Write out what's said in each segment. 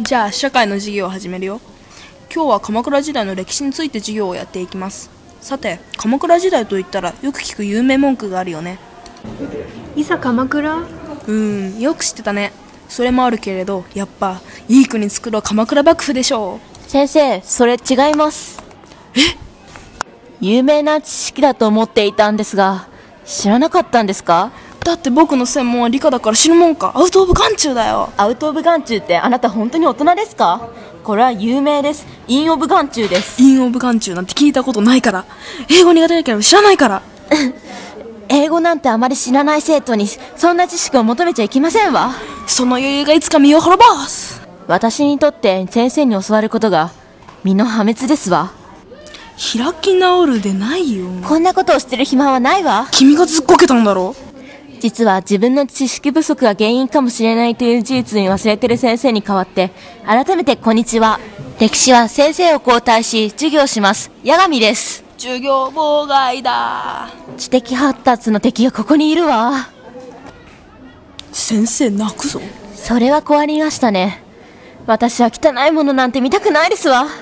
じゃあ社会の授業を始めるよ。今日は鎌倉時代の歴史について授業をやっていきます。さて、鎌倉時代といったらよく聞く有名文句があるよね。 いざ鎌倉？ よく知ってたね。それもあるけれど、やっぱいい国作ろう鎌倉幕府でしょう。 先生、それ違います。有名な知識だと思っていたんですが、知らなかったんですか？ だって僕の専門は理科だから知るもんか。アウトオブ眼中だよ。 アウトオブ眼中ってあなた本当に大人ですか？これは有名です。インオブ眼中です。 インオブ眼中なんて聞いたことないから。英語苦手だけど知らないから。 英語なんてあまり知らない生徒にそんな知識を求めちゃいけませんわ。 その余裕がいつか身を滅ぼす。 私にとって先生に教わることが身の破滅ですわ。 開き直るでないよ。 こんなことをしてる暇はないわ。 君がずっこけたんだろ。 実は自分の知識不足が原因かもしれないという事実に忘れてる先生に代わって改めてこんにちは。歴史は先生を交代し授業します。八神です。 授業妨害だ。 知的発達の敵がここにいるわ。 先生泣くぞ。 それは困りましたね。私は汚いものなんて見たくないですわ。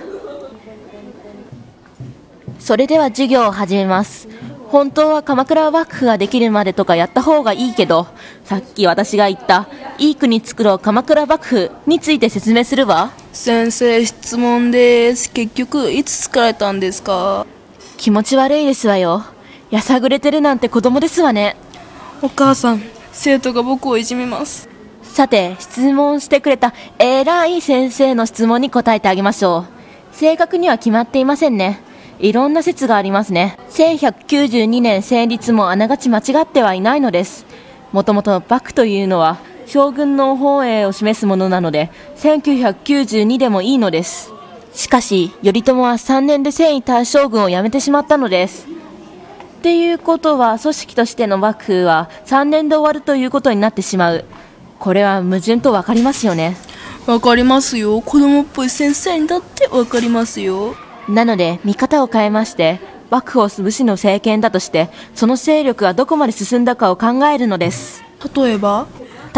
それでは授業を始めます。本当は鎌倉幕府ができるまでとかやった方がいいけど、さっき私が言ったいい国作ろう鎌倉幕府について説明するわ。 先生、質問です。結局いつ作られたんですか？ 気持ち悪いですわよ。やさぐれてるなんて子供ですわね。 お母さん、生徒が僕をいじめます。 さて、質問してくれた偉い先生の質問に答えてあげましょう。正確には決まっていませんね。いろんな説がありますね。1192年成立もあながち間違ってはいないのです。もともと幕府というのは将軍の本営を示すものなので1992でもいいのです。しかし頼朝は3年で征夷大将軍を辞めてしまったのです。っていうことは組織としての幕府は3年で終わるということになってしまう。これは矛盾とわかりますよね。 わかりますよ。子供っぽい先生にだってわかりますよ。 なので見方を変えまして、幕府を武士の政権だとしてその勢力がどこまで進んだかを考えるのです。 例えば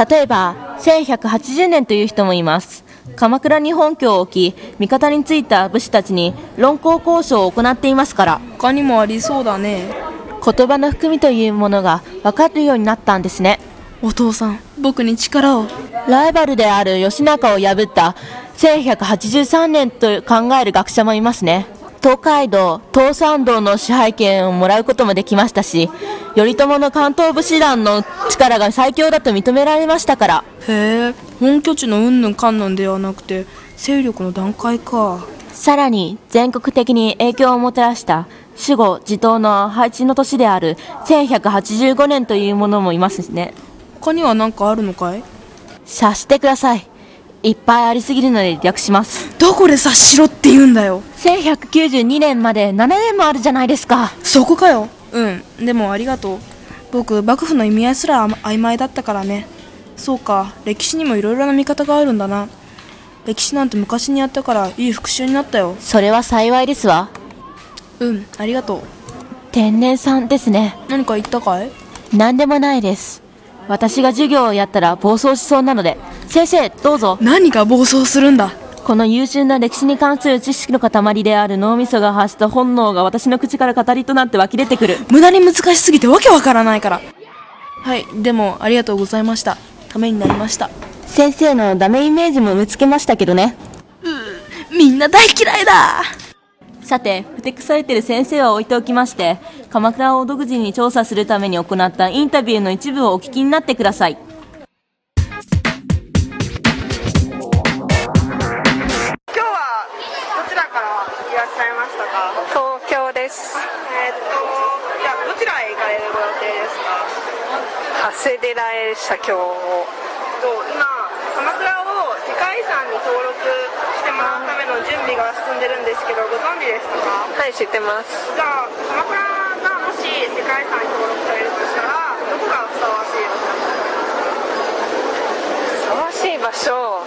1180年という人もいます。鎌倉に本拠を置き味方についた武士たちに論功交渉を行っていますから。 他にもありそうだね。 言葉の含みというものが分かるようになったんですね。 お父さん、僕に力を。 ライバルである義仲を破った1183年と考える学者もいますね。東海道、東山道の支配権をもらうこともできましたし、頼朝の関東武士団の力が最強だと認められましたから。 へえ、本拠地のうんぬんかんぬんではなくて勢力の段階か。 さらに全国的に影響をもたらした守護地頭の配置の年である1185年というものもいますしね。 他には何かあるのかい？ 察してください。いっぱいありすぎるので略します。 どこで察しろって言うんだよ。 1192年まで7年もあるじゃないですか。 そこかよ。でもありがとう。僕、幕府の意味合いすら曖昧だったからね。そうか、歴史にもいろいろな見方があるんだな。歴史なんて昔にやったからいい復習になったよ。 それは幸いですわ。 ありがとう。 天然さんですね。 何か言ったかい？ 何でもないです。私が授業をやったら暴走しそうなので、先生どうぞ。 何が暴走するんだ。 この優秀な歴史に関する知識の塊である脳みそが発した本能が私の口から語りとなって湧き出てくる。 無駄に難しすぎてわけわからないから。はい、でもありがとうございました。ためになりました。 先生のダメイメージも見つけましたけどね。 みんな大嫌いだ。 さて、ふてくされてる先生は置いておきまして、鎌倉を独自に調査するために行ったインタビューの一部をお聞きになってください。 今日はどちらからいらっしゃいましたか？ 東京です。 じゃあどちらへ行かれるご予定ですか？ 長谷寺へ写経を。 今鎌倉を世界遺産に登録してもらうための準備が進んでるんですけど、ご存知ですか？ はい、知ってます。 じゃあ鎌倉がもし世界遺産に登録されるとしたらどこがふさわしい場所？ ふさわ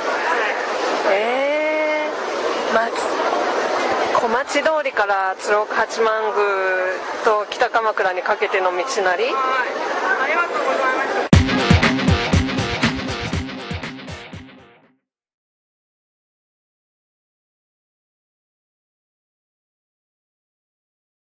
しい場所、小町通りから鶴岡八幡宮と北鎌倉にかけての道なり。 はい、ありがとうございました。